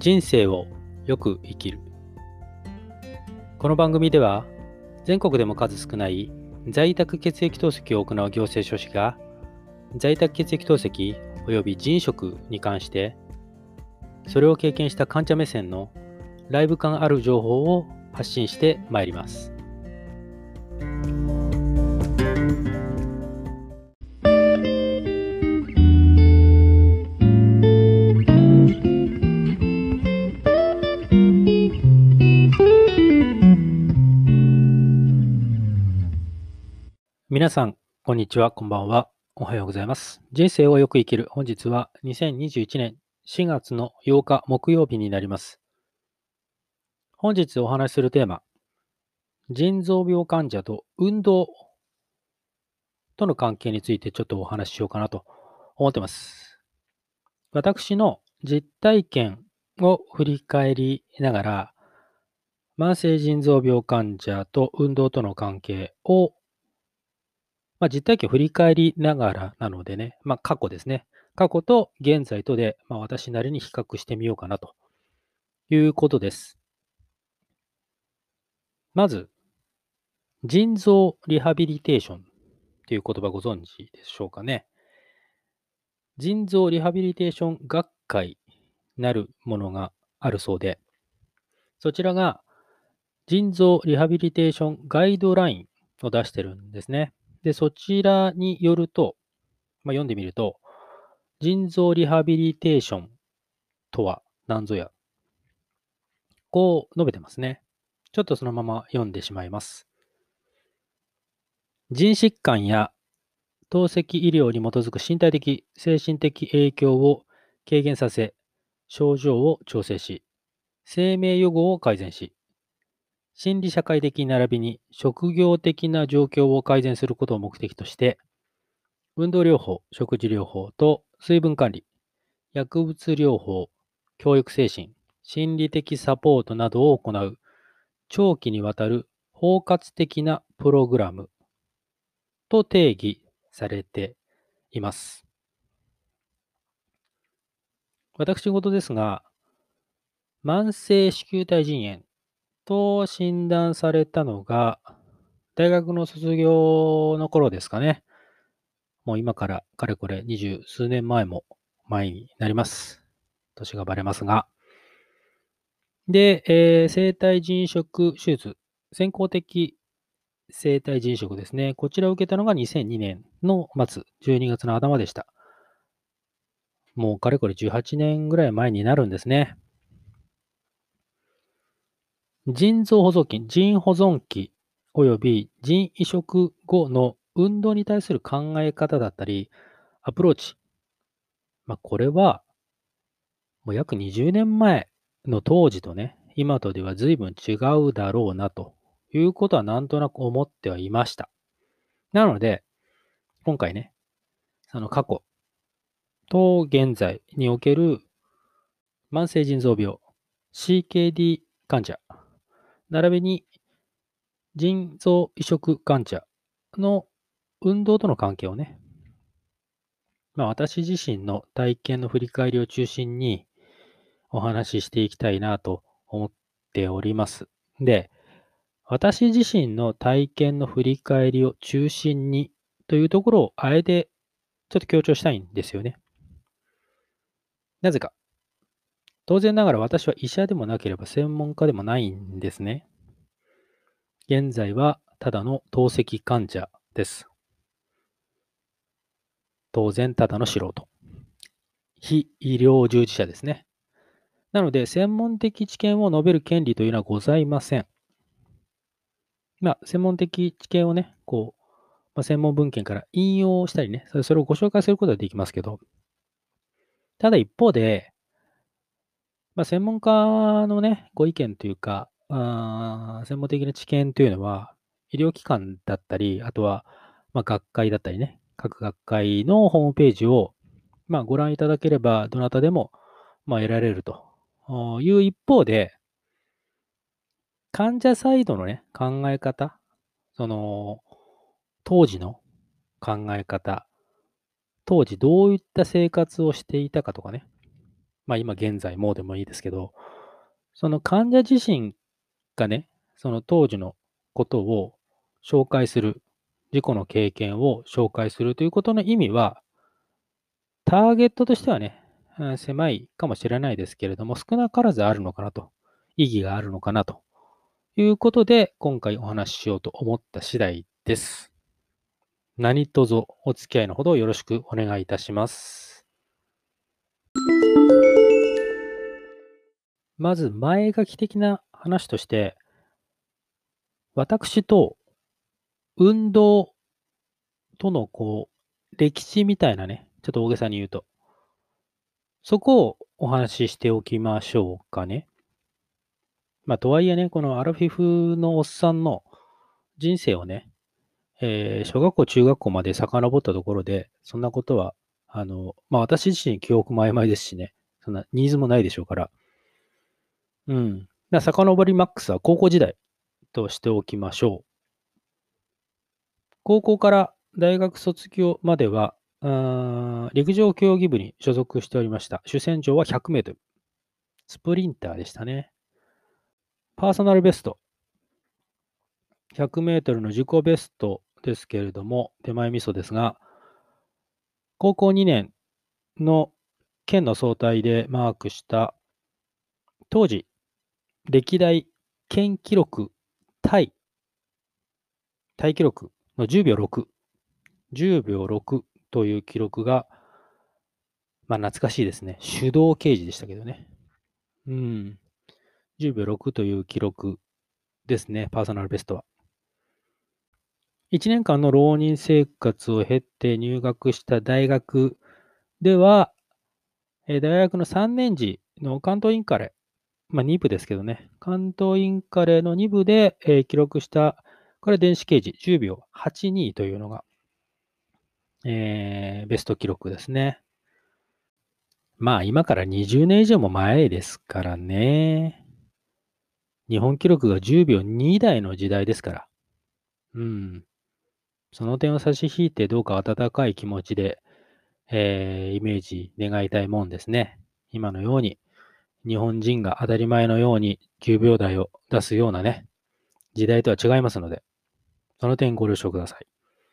人生をよく生きる。この番組では全国でも数少ない在宅血液透析を行う行政書士が在宅血液透析および腎食に関してそれを経験した患者目線のライブ感ある情報を発信してまいります。皆さん、こんにちは、こんばんは。おはようございます。人生をよく生きる。本日は2021年4月の8日木曜日になります。本日お話しするテーマ、腎臓病患者と運動との関係についてちょっとお話ししようかなと思ってます。私の実体験を振り返りながら、慢性腎臓病患者と運動との関係を実体験を振り返りながらなのでね、過去ですね。過去と現在とで、私なりに比較してみようかなということです。まず、腎臓リハビリテーションという言葉ご存知でしょうかね。腎臓リハビリテーション学会なるものがあるそうで、そちらが腎臓リハビリテーションガイドラインを出してるんですね。で、そちらによると、読んでみると、腎臓リハビリテーションとは何ぞや、こう述べてますね。ちょっとそのまま読んでしまいます。腎疾患や透析医療に基づく身体的、精神的影響を軽減させ、症状を調整し、生命予後を改善し、心理社会的並びに職業的な状況を改善することを目的として、運動療法、食事療法と水分管理、薬物療法、教育精神、心理的サポートなどを行う長期にわたる包括的なプログラムと定義されています。私事ですが、慢性子宮体腎炎と診断されたのが、大学の卒業の頃ですかね。もう今からかれこれ20数年前になります。年がバレますが。で、生体腎殖手術、先行的生体腎殖ですね。こちらを受けたのが2002年の末、12月の頭でした。もうかれこれ18年ぐらい前になるんですね。腎臓保存期、腎保存期及び腎移植後の運動に対する考え方だったり、アプローチ。これはもう約20年前の当時とね、今とでは随分違うだろうなということはなんとなく思ってはいました。なので、今回ね、その過去と現在における慢性腎臓病、CKD 患者、並びに腎臓移植患者の運動との関係をね、私自身の体験の振り返りを中心にお話ししていきたいなと思っております。で、私自身の体験の振り返りを中心にというところをあえてちょっと強調したいんですよね。なぜか。当然ながら私は医者でもなければ専門家でもないんですね。現在はただの透析患者です。当然ただの素人。非医療従事者ですね。なので、専門的知見を述べる権利というのはございません。専門的知見をね、専門文献から引用したりね、それをご紹介することはできますけど、ただ一方で、専門家のね、ご意見というか、専門的な知見というのは、医療機関だったり、あとは、学会だったりね、各学会のホームページを、ご覧いただければ、どなたでも、得られるという一方で、患者サイドのね、考え方、その、当時の考え方、当時どういった生活をしていたかとかね、 今現在もでもいいですけど、その患者自身がね、その当時のことを紹介する、自己の経験を紹介するということの意味は、ターゲットとしてはね、狭いかもしれないですけれども、少なからずあるのかなと、意義があるのかなということで、今回お話ししようと思った次第です。何卒お付き合いのほどよろしくお願いいたします。まず前書き的な話として、私と運動との歴史みたいなね、ちょっと大げさに言うと、そこをお話ししておきましょうかね。とはいえね、このアラフィフのおっさんの人生をね、小学校、中学校まで遡ったところで、そんなことは、私自身記憶も曖昧ですしね、そんなニーズもないでしょうから、うん。遡りマックスは高校時代としておきましょう。高校から大学卒業までは、陸上競技部に所属しておりました。主戦場は100メートル。スプリンターでしたね。パーソナルベスト。100メートルの自己ベストですけれども、手前味噌ですが、高校2年の県の総体でマークした当時、歴代県記録タイ記録の10秒6。10秒6という記録が、懐かしいですね。手動刑事でしたけどね。10秒6という記録ですね、パーソナルベストは。1年間の浪人生活を経て入学した大学では、大学の3年時の関東インカレ、2部ですけどね、関東インカレの2部で、記録した、これ電子掲示10秒82というのが、ベスト記録ですね。今から20年以上も前ですからね。日本記録が10秒2台の時代ですから。その点を差し引いてどうか温かい気持ちで、イメージ願いたいもんですね。今のように、日本人が当たり前のように9秒台を出すようなね、時代とは違いますので、その点ご了承ください。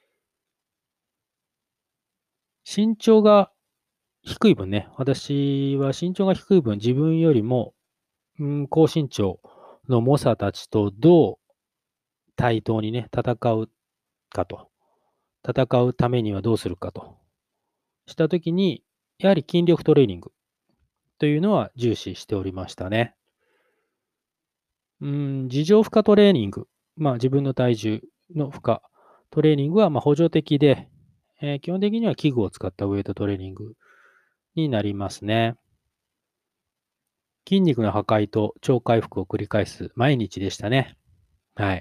身長が低い分ね、私は身長が低い分、自分よりも、高身長の猛者たちとどう対等にね、戦うかと。戦うためにはどうするかと。したときに、やはり筋力トレーニングというのは重視しておりましたね。自重負荷トレーニング。自分の体重の負荷トレーニングは補助的で、基本的には器具を使ったウェイトトレーニングになりますね。筋肉の破壊と超回復を繰り返す毎日でしたね。はい。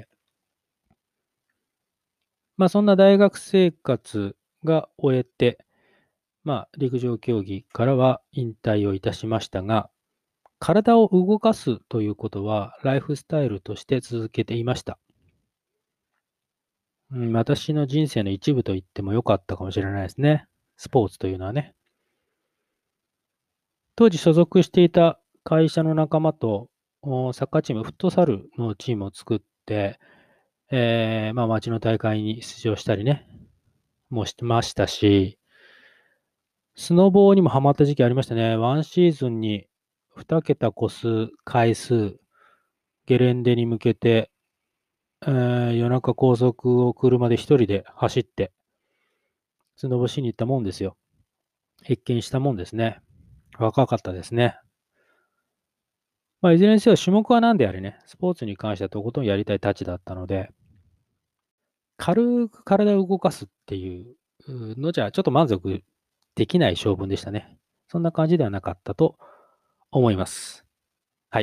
そんな大学生活が終えて、陸上競技からは引退をいたしましたが、体を動かすということはライフスタイルとして続けていました。私の人生の一部と言ってもよかったかもしれないですね。スポーツというのはね。当時所属していた会社の仲間と、サッカーチーム、フットサルのチームを作って、街の大会に出場したりね、もうしてましたし、スノボーにもハマった時期ありましたね。ワンシーズンに2桁個数、回数、ゲレンデに向けて、夜中高速を車で一人で走って、スノボしに行ったもんですよ。謁見したもんですね。若かったですね。いずれにせよ種目は何であれね、スポーツに関してはとことんやりたいたちだったので、軽く体を動かすっていうのじゃ、ちょっと満足できない性分でしたね。そんな感じではなかったと思います。はい。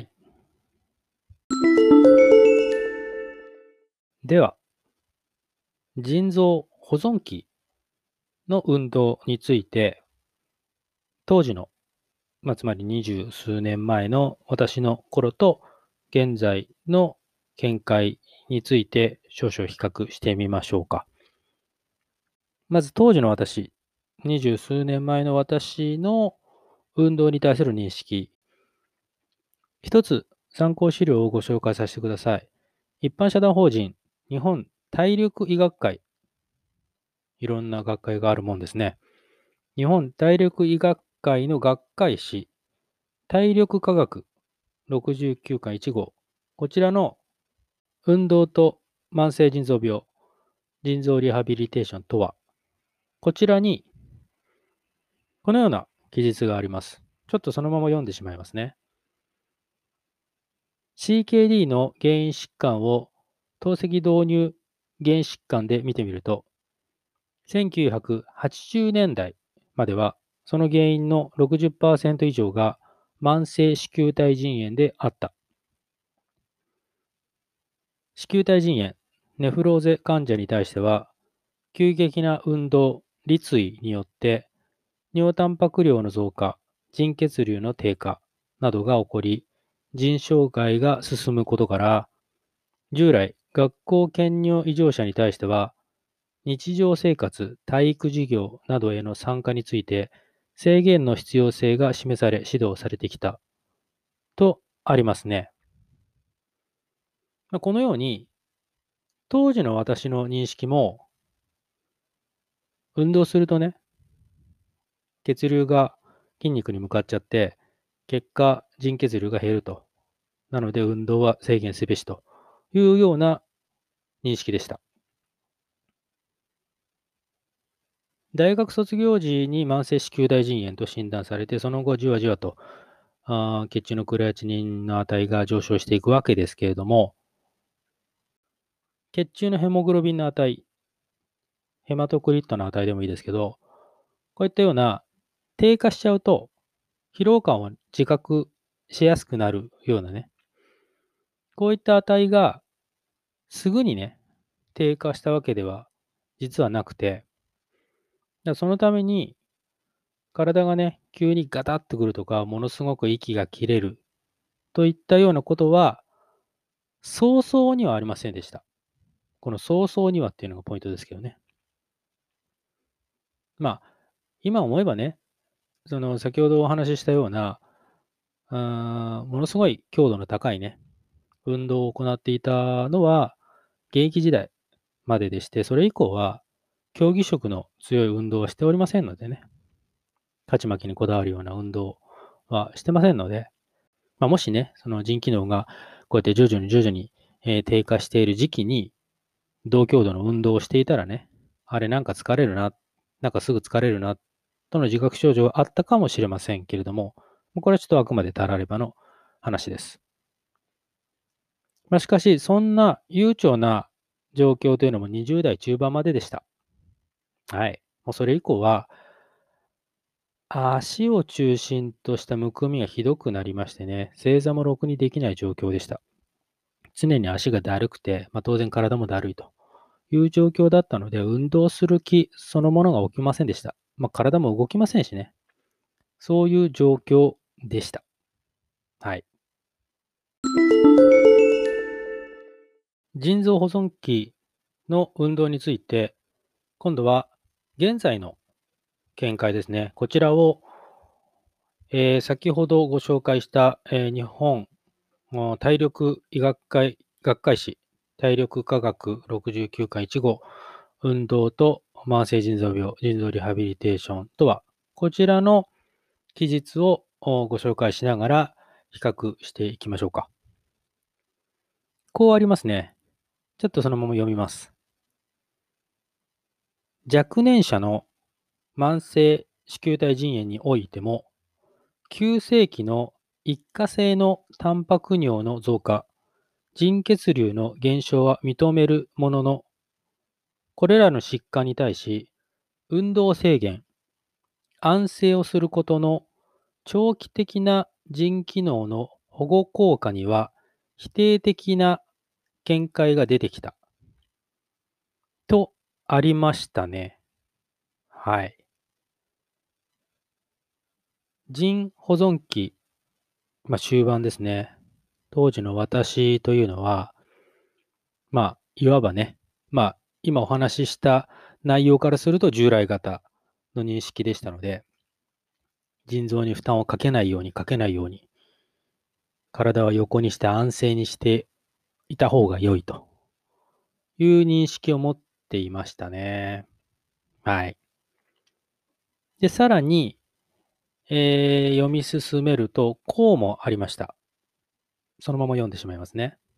では、腎臓保存期の運動について、当時の、つまり20数年前の私の頃と現在の見解について少々比較してみましょうか。まず当時の私、20数年前の私の運動に対する認識。一つ参考資料をご紹介させてください。一般社団法人日本体力医学会。いろんな学会があるもんですね。日本体力医学会の学会誌、体力科学69巻1号。こちらの運動と慢性腎臓病、腎臓リハビリテーションとは、こちらにこのような記述があります。ちょっとそのまま読んでしまいますね。CKD の原因疾患を透析導入原因疾患で見てみると、1980年代までは、その原因の 60% 以上が慢性子宮体腎炎であった。子宮体腎炎、ネフローゼ患者に対しては、急激な運動、立位によって尿タンパク量の増加、腎血流の低下などが起こり、腎障害が進むことから、従来、学校兼任異常者に対しては、日常生活、体育授業などへの参加について、制限の必要性が示され、指導されてきたとありますね。このように、当時の私の認識も、運動するとね、血流が筋肉に向かっちゃって、結果、腎血流が減ると。なので、運動は制限すべしというような認識でした。大学卒業時に慢性子宮体腎炎と診断されて、その後じわじわと血中のクレアチニンの値が上昇していくわけですけれども、血中のヘモグロビンの値、ヘマトクリットの値でもいいですけど、こういったような低下しちゃうと、疲労感を自覚しやすくなるようなね、こういった値がすぐにね、低下したわけでは実はなくて、そのために体がね、急にガタッとくるとか、ものすごく息が切れるといったようなことは、早々にはありませんでした。この早々にはっていうのがポイントですけどね。まあ、今思えばね、先ほどお話ししたような、ものすごい強度の高いね、運動を行っていたのは、現役時代まででして、それ以降は、競技色の強い運動はしておりませんのでね、勝ち負けにこだわるような運動はしてませんので、もしね、その腎機能がこうやって徐々に低下している時期に、同強度の運動をしていたらね、あれなんか疲れるな、なんかすぐ疲れるな、との自覚症状はあったかもしれませんけれども、これはちょっとあくまでたらればの話です。しかし、そんな悠長な状況というのも20代中盤まででした。はい。もうそれ以降は、足を中心としたむくみがひどくなりましてね、正座もろくにできない状況でした。常に足がだるくて、当然体もだるいという状況だったので、運動する気そのものが起きませんでした。体も動きませんしね。そういう状況でした。はい。腎臓保存期の運動について、今度は現在の見解ですね。こちらを、先ほどご紹介した、日本体力医学会学会誌体力科学69巻1号運動と慢性腎臓病、腎臓リハビリテーションとは、こちらの記述をご紹介しながら比較していきましょうか。こうありますね。ちょっとそのまま読みます。若年者の慢性子宮体腎炎においても、急性期の一過性のタンパク尿の増加、腎血流の減少は認めるものの、これらの疾患に対し、運動制限、安静をすることの長期的な腎機能の保護効果には否定的な見解が出てきた。とありましたね。はい。腎保存期、終盤ですね。当時の私というのは、いわばね、今お話しした内容からすると従来型の認識でしたので、 腎臓に負担をかけないように、体は横にして安静にしていた方が良いという認識を持っていましたね。はい。で、さらに、読み進めると、こうもありました。そのまま読んでしまいますね。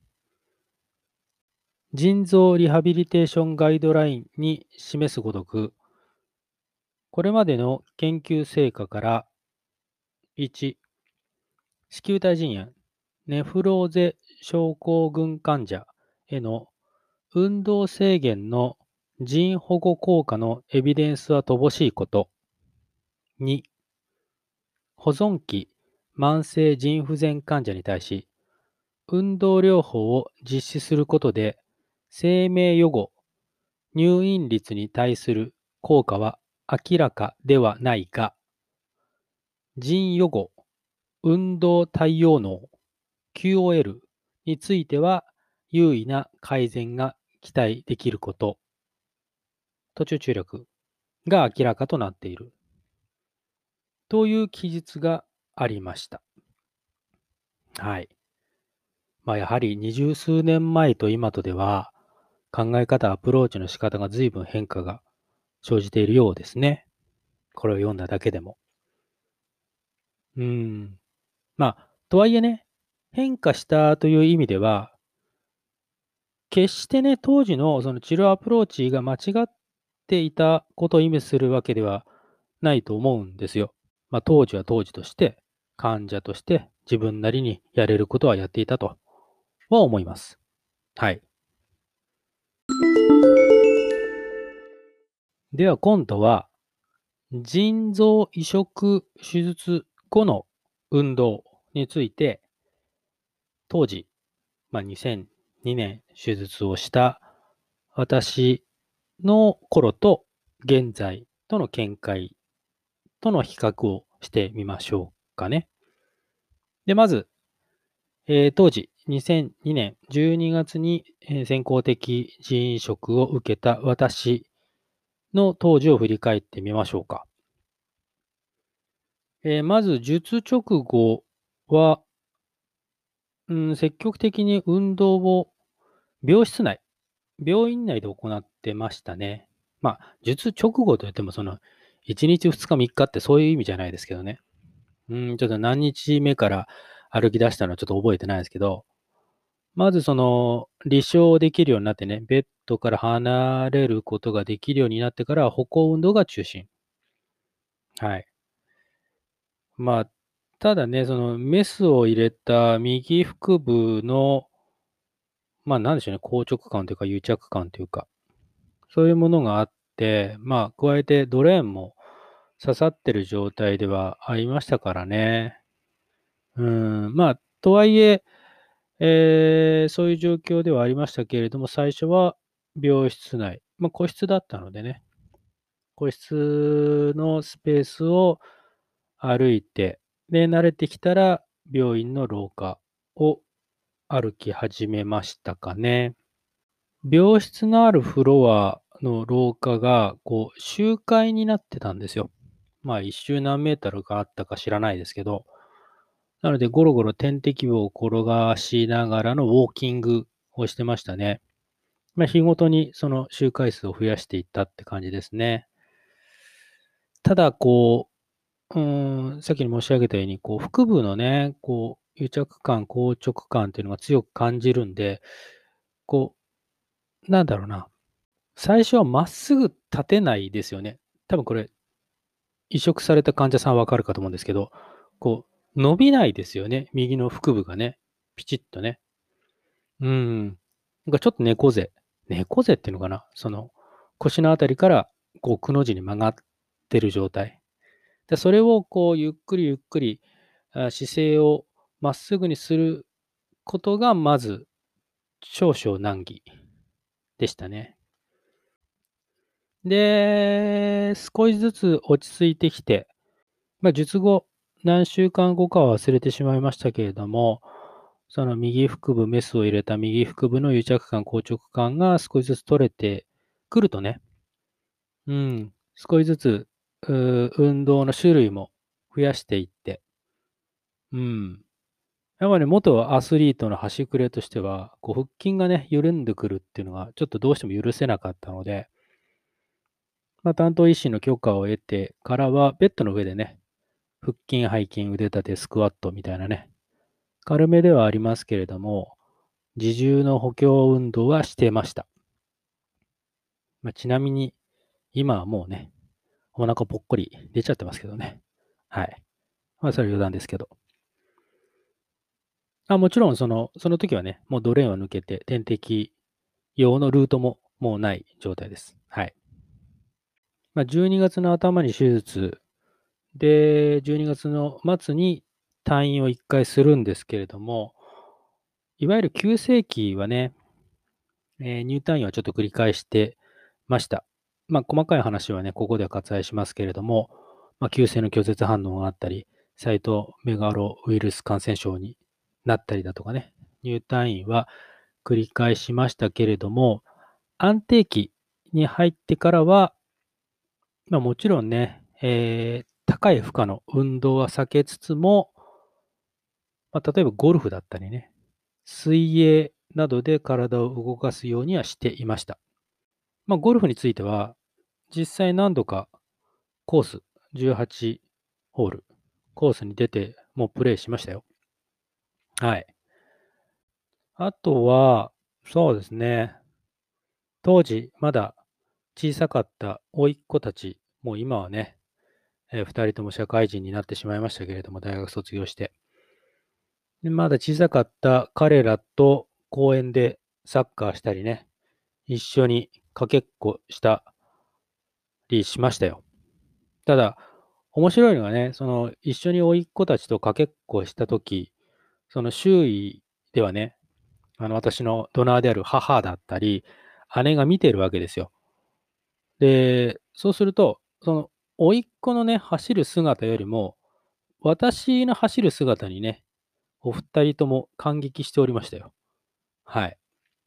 腎臓リハビリテーションガイドラインに示すごとく、これまでの研究成果から、1、子宮体腎炎、ネフローゼ症候群患者への運動制限の腎保護効果のエビデンスは乏しいこと。2、保存期慢性腎不全患者に対し、運動療法を実施することで、生命予後、入院率に対する効果は明らかではないが、腎予後、運動対応能、QOL については優位な改善が期待できること、途中注力が明らかとなっているという記述がありました。はい。やはり二十数年前と今とでは、考え方、アプローチの仕方が随分変化が生じているようですね。これを読んだだけでも。うーん。とはいえね、変化したという意味では、決してね、当時のその治療アプローチが間違っていたことを意味するわけではないと思うんですよ。当時は当時として、患者として自分なりにやれることはやっていたとは思います。はい。では今度は、腎臓移植手術後の運動について、当時、2002年手術をした私の頃と現在との見解との比較をしてみましょうかね。で、まず、当時、2002年12月に先行的腎移植を受けた私の当時を振り返ってみましょうか。まず、術直後は、積極的に運動を病室内、病院内で行ってましたね。術直後といっても、1日、2日、3日ってそういう意味じゃないですけどね。ちょっと何日目から歩き出したのはちょっと覚えてないですけど、まず立床できるようになってね、ベッドから離れることができるようになってから歩行運動が中心。はい。まあ、ただね、メスを入れた右腹部の、なんでしょうね、硬直感というか癒着感というか、そういうものがあって、加えてドレーンも刺さってる状態ではありましたからね。とはいえ、そういう状況ではありましたけれども、最初は病室内、個室だったのでね、個室のスペースを歩いて、で、慣れてきたら病院の廊下を歩き始めましたかね。病室のあるフロアの廊下が、周回になってたんですよ。一周何メートルかあったか知らないですけど、なので、ゴロゴロ点滴棒を転がしながらのウォーキングをしてましたね。日ごとにその周回数を増やしていったって感じですね。ただ、さっきに申し上げたように、腹部のね、癒着感、硬直感っていうのが強く感じるんで、こなんだろうな、最初はまっすぐ立てないですよね。多分これ、移植された患者さんはわかるかと思うんですけど、伸びないですよね、右の腹部がね、ピチッとね。なんかちょっと猫背。猫背っていうのかな、腰のあたりから、くの字に曲がってる状態。で、それをゆっくりゆっくり、姿勢をまっすぐにすることが、まず、少々難儀でしたね。で、少しずつ落ち着いてきて、術後、何週間後かは忘れてしまいましたけれども、その右腹部、メスを入れた右腹部の癒着感、硬直感が少しずつ取れてくるとね、少しずつ、運動の種類も増やしていって、やっぱりね、元アスリートの端くれとしては、腹筋がね、緩んでくるっていうのが、ちょっとどうしても許せなかったので、担当医師の許可を得てからは、ベッドの上でね、腹筋、背筋、腕立て、スクワットみたいなね、軽めではありますけれども、自重の補強運動はしてました。ちなみに、今はもうね、お腹ぽっこり出ちゃってますけどね。はい。それは余談ですけど。もちろんその時はね、もうドレーンは抜けて、点滴用のルートももうない状態です。はい。12月の頭に手術で、12月の末に退院を1回するんですけれども、いわゆる急性期はね、入退院はちょっと繰り返してました。細かい話はね、ここでは割愛しますけれども、急性の拒絶反応があったり、サイトメガロウイルス感染症になったりだとかね、入退院は繰り返しましたけれども、安定期に入ってからは、もちろんね、高い負荷の運動は避けつつも、例えばゴルフだったりね、水泳などで体を動かすようにはしていました。ゴルフについては、実際何度かコース、18ホール、コースに出て、もうプレイしましたよ。はい。あとは、そうですね、当時まだ小さかった甥っ子たち、もう今はね、2人とも社会人になってしまいましたけれども、大学卒業して。でまだ小さかった彼らと公園でサッカーしたりね、一緒にかけっこしたりしましたよ。ただ、面白いのがね、一緒に甥っ子たちとかけっこしたとき、その周囲ではね、私のドナーである母だったり、姉が見てるわけですよ。で、そうすると、甥っ子のね、走る姿よりも、私の走る姿にね、お二人とも感激しておりましたよ。はい。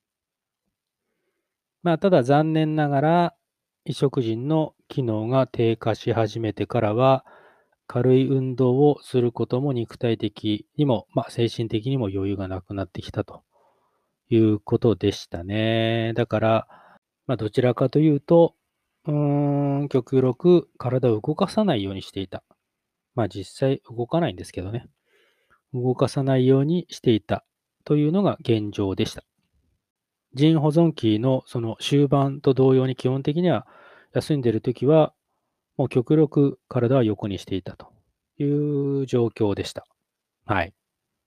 ただ残念ながら、移植人の機能が低下し始めてからは、軽い運動をすることも肉体的にも、精神的にも余裕がなくなってきたということでしたね。だから、どちらかというと、極力体を動かさないようにしていた。実際動かないんですけどね。動かさないようにしていたというのが現状でした。腎保存期のその終盤と同様に基本的には休んでいるときは、もう極力体は横にしていたという状況でした。はい。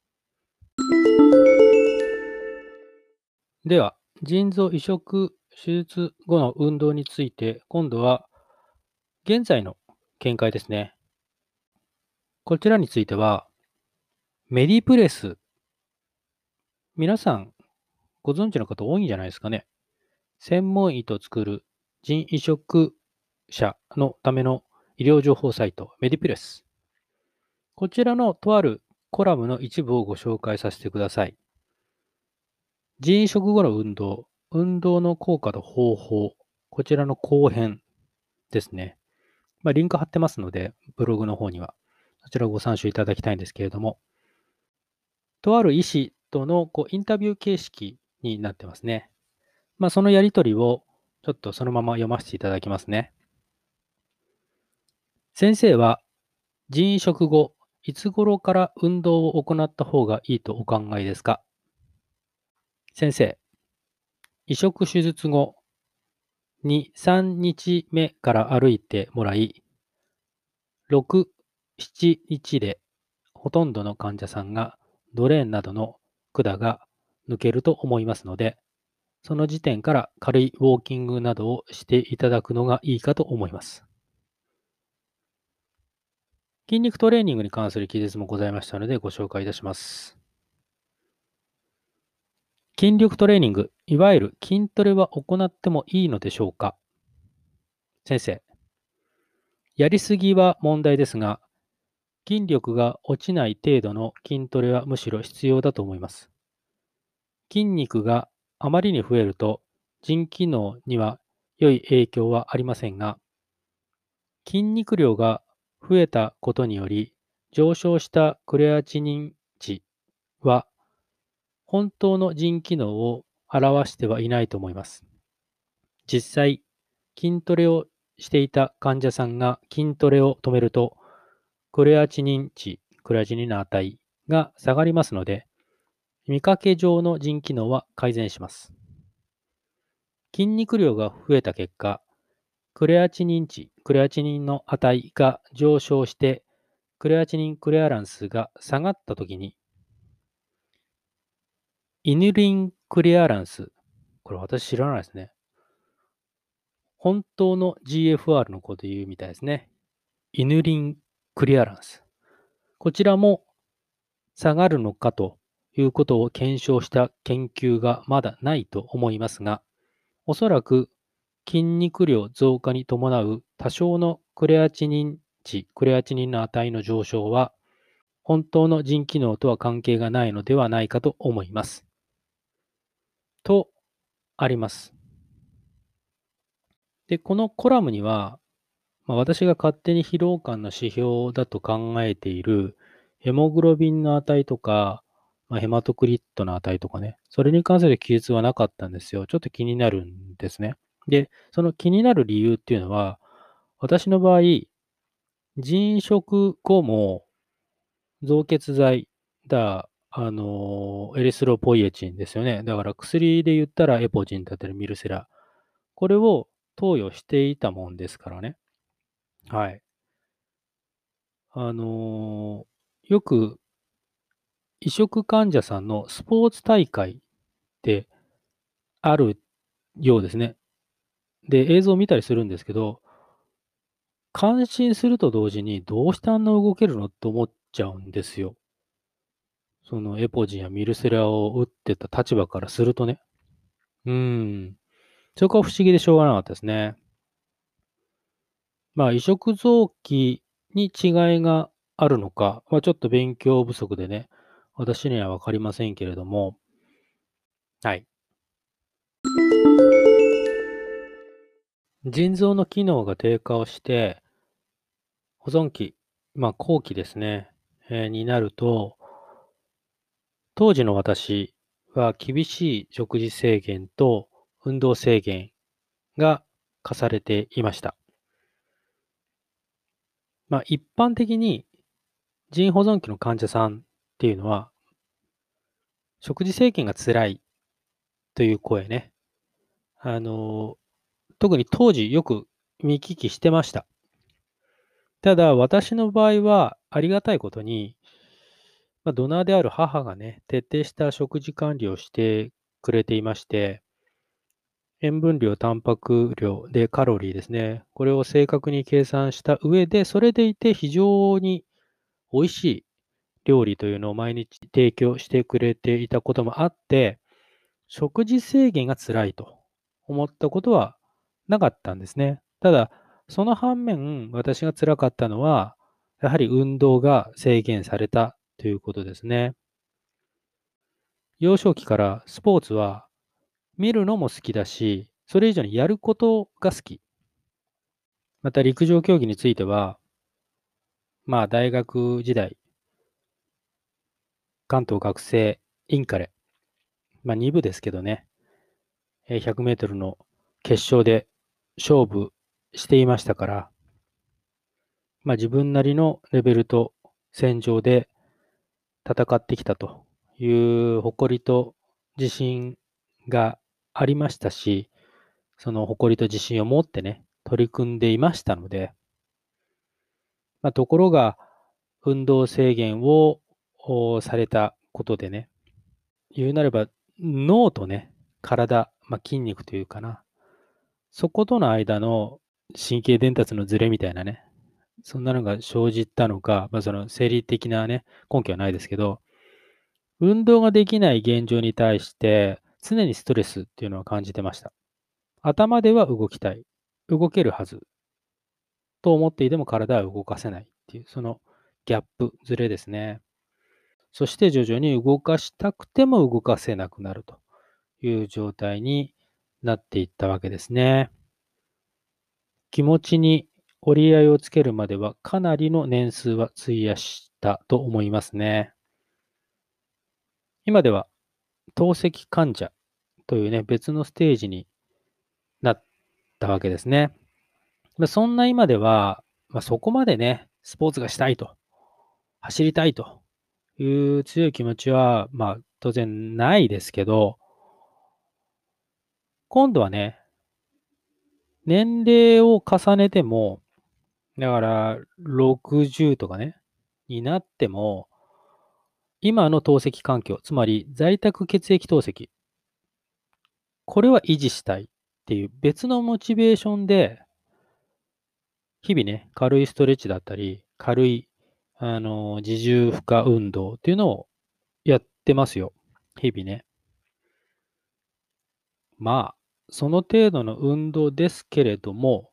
では、腎臓移植手術後の運動について、今度は現在の見解ですね。こちらについては、メディプレス、皆さんご存知の方多いんじゃないですかね。専門医と作る腎移植者のための医療情報サイト、メディプレス。こちらのとあるコラムの一部をご紹介させてください。腎移植後の運動、運動の効果と方法、こちらの後編ですね。リンク貼ってますので、ブログの方には、そちらをご参照いただきたいんですけれども、とある医師とのインタビュー形式になってますね。そのやりとりをちょっとそのまま読ませていただきますね。先生は腎移植後、いつ頃から運動を行った方がいいとお考えですか？先生、移植手術後、2、3日目から歩いてもらい、6、7日でほとんどの患者さんがドレーンなどの管が抜けると思いますので、その時点から軽いウォーキングなどをしていただくのがいいかと思います。筋肉トレーニングに関する記述もございましたのでご紹介いたします。筋力トレーニング、いわゆる筋トレは行ってもいいのでしょうか？先生、やりすぎは問題ですが、筋力が落ちない程度の筋トレはむしろ必要だと思います。筋肉があまりに増えると、腎機能には良い影響はありませんが、筋肉量が増えたことにより、上昇したクレアチニン値は本当の腎機能を表してはいないと思います。実際、筋トレをしていた患者さんが筋トレを止めると、クレアチニン値、クレアチニンの値が下がりますので、見かけ上の腎機能は改善します。筋肉量が増えた結果、クレアチニン値、クレアチニンの値が上昇して、クレアチニンクレアランスが下がったときに、イヌリンクレアランス、これ私知らないですね。本当の GFR のこと言うみたいですね。イヌリンクリアランス。こちらも下がるのかということを検証した研究がまだないと思いますが、おそらく筋肉量増加に伴う多少のクレアチニン値、クレアチニンの値の上昇は、本当の腎機能とは関係がないのではないかと思います。と、あります。で、このコラムには、私が勝手に疲労感の指標だと考えているヘモグロビンの値とか、ヘマトクリットの値とかね、それに関する記述はなかったんですよ。ちょっと気になるんですね。で、その気になる理由っていうのは、私の場合、腎移植後も造血剤だ、エリスロポイエチンですよね。だから薬で言ったらエポジンだったりミルセラ。これを投与していたもんですからね。はい。よく移植患者さんのスポーツ大会ってあるようですね。で、映像を見たりするんですけど、感心すると同時にどうしてあんな動けるのって思っちゃうんですよ。そのエポジンやミルセラを打ってた立場からするとね。そこは不思議でしょうがなかったですね。移植臓器に違いがあるのかちょっと勉強不足でね、私にはわかりませんけれども、はい。腎臓の機能が低下をして、保存期、後期ですね、になると、当時の私は厳しい食事制限と運動制限が課されていました。一般的に腎保存期の患者さんっていうのは、食事制限が辛いという声ね。特に当時よく見聞きしてました。ただ、私の場合はありがたいことに、ドナーである母がね、徹底した食事管理をしてくれていまして、塩分量、タンパク量でカロリーですね。これを正確に計算した上で、それでいて非常に美味しい料理というのを毎日提供してくれていたこともあって、食事制限が辛いと思ったことはなかったんですね。ただ、その反面、私が辛かったのは、やはり運動が制限されたということですね。幼少期からスポーツは見るのも好きだし、それ以上にやることが好き。また陸上競技については、大学時代、関東学生インカレ、2部ですけどね、100メートルの決勝で勝負していましたから、自分なりのレベルと戦場で戦ってきたという誇りと自信がありましたし、その誇りと自信を持ってね、取り組んでいましたので、ところが、運動制限をされたことでね、言うなれば脳とね、体、筋肉というかな、そことの間の神経伝達のズレみたいなね、そんなのが生じたのか、その生理的なね、根拠はないですけど、運動ができない現状に対して、常にストレスっていうのは感じてました。頭では動きたい。動けるはず。と思っていても体は動かせないっていう、そのギャップ、ズレですね。そして徐々に動かしたくても動かせなくなるという状態になっていったわけですね。気持ちに折り合いをつけるまではかなりの年数は費やしたと思いますね。今では透析患者というね、別のステージになったわけですね。そんな今では、そこまでね、スポーツがしたいと、走りたいという強い気持ちは、当然ないですけど、今度はね、年齢を重ねても、だから60とかね、になっても、今の透析環境、つまり在宅血液透析、これは維持したいっていう別のモチベーションで、日々ね、軽いストレッチだったり、軽い、自重負荷運動っていうのをやってますよ。日々ね。その程度の運動ですけれども、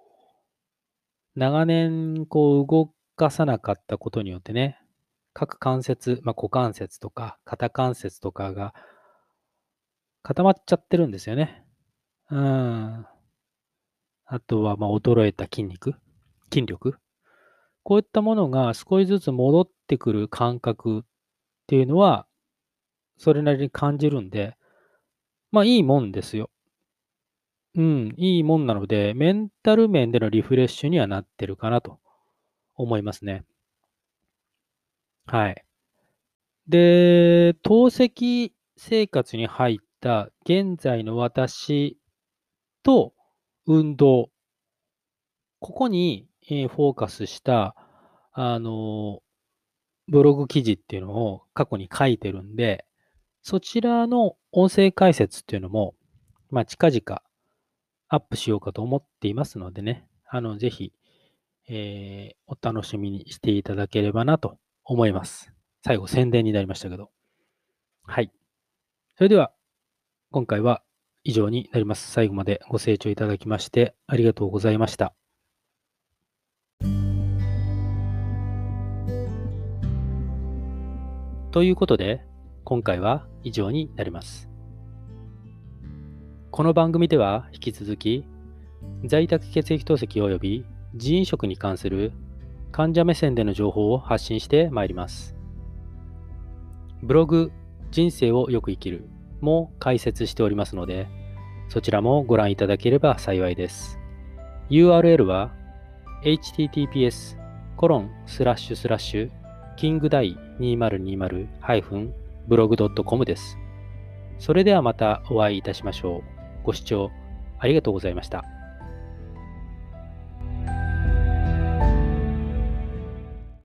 長年動かさなかったことによってね、各関節、股関節とか肩関節とかが固まっちゃってるんですよね。あとは衰えた筋力。こういったものが少しずつ戻ってくる感覚っていうのは、それなりに感じるんで、いいもんですよ。いいもんなので、メンタル面でのリフレッシュにはなってるかなと思いますね。はい。で、透析生活に入った現在の私と運動、ここにフォーカスした、ブログ記事っていうのを過去に書いてるんで、そちらの音声解説っていうのも、近々アップしようかと思っていますのでね、ぜひ、お楽しみにしていただければなと思います。最後、宣伝になりましたけど。はい。それでは、今回は以上になります。最後までご清聴いただきましてありがとうございました。ということで、今回は以上になります。この番組では引き続き、在宅血液透析及び腎移植に関する患者目線での情報を発信してまいります。ブログ、人生をよく生きるも解説しておりますので、そちらもご覧いただければ幸いです。URL は https://kingdai2020-blog.com です。それではまたお会いいたしましょう。ご視聴ありがとうございました。